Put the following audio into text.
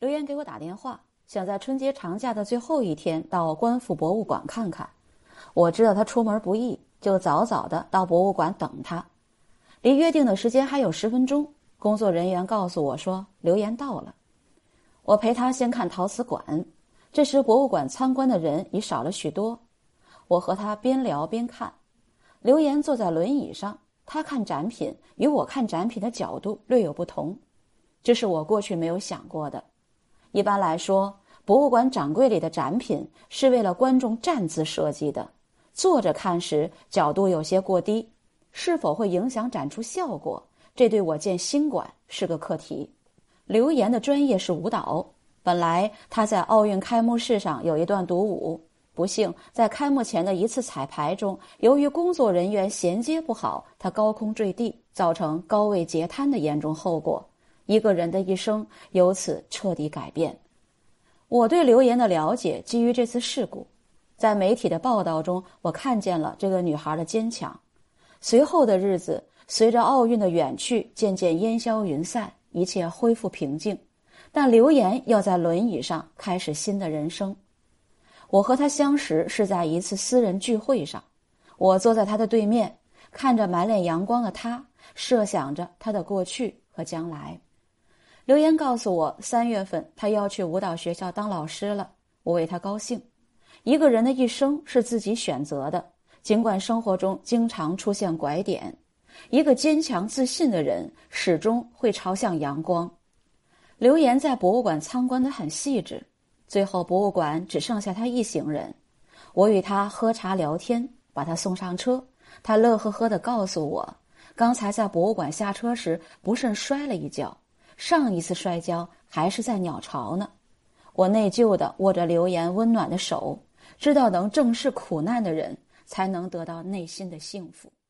刘岩给我打电话，想在春节长假的最后一天到官复博物馆看看。我知道他出门不易，就早早的到博物馆等他。离约定的时间还有10分钟，工作人员告诉我说刘岩到了。我陪他先看陶瓷馆，这时博物馆参观的人已少了许多。我和他边聊边看，刘岩坐在轮椅上，他看展品与我看展品的角度略有不同，这是我过去没有想过的。一般来说，博物馆展柜里的展品是为了观众站姿设计的，坐着看时角度有些过低，是否会影响展出效果，这对我建新馆是个课题。刘岩的专业是舞蹈，本来他在奥运开幕式上有一段独舞，不幸在开幕前的一次彩排中，由于工作人员衔接不好，他高空坠地，造成高位截瘫的严重后果，一个人的一生由此彻底改变。我对刘岩的了解基于这次事故，在媒体的报道中，我看见了这个女孩的坚强。随后的日子，随着奥运的远去渐渐烟消云散，一切恢复平静，但刘岩要在轮椅上开始新的人生。我和他相识是在一次私人聚会上，我坐在他的对面，看着满脸阳光的他，设想着他的过去和将来。刘岩告诉我，3月份他要去舞蹈学校当老师了，我为他高兴。一个人的一生是自己选择的，尽管生活中经常出现拐点，一个坚强自信的人始终会朝向阳光。刘岩在博物馆参观得很细致，最后博物馆只剩下他一行人。我与他喝茶聊天，把他送上车，他乐呵呵地告诉我，刚才在博物馆下车时不慎摔了一跤，上一次摔跤还是在鸟巢呢。我内疚地握着刘岩温暖的手，知道能正视苦难的人才能得到内心的幸福。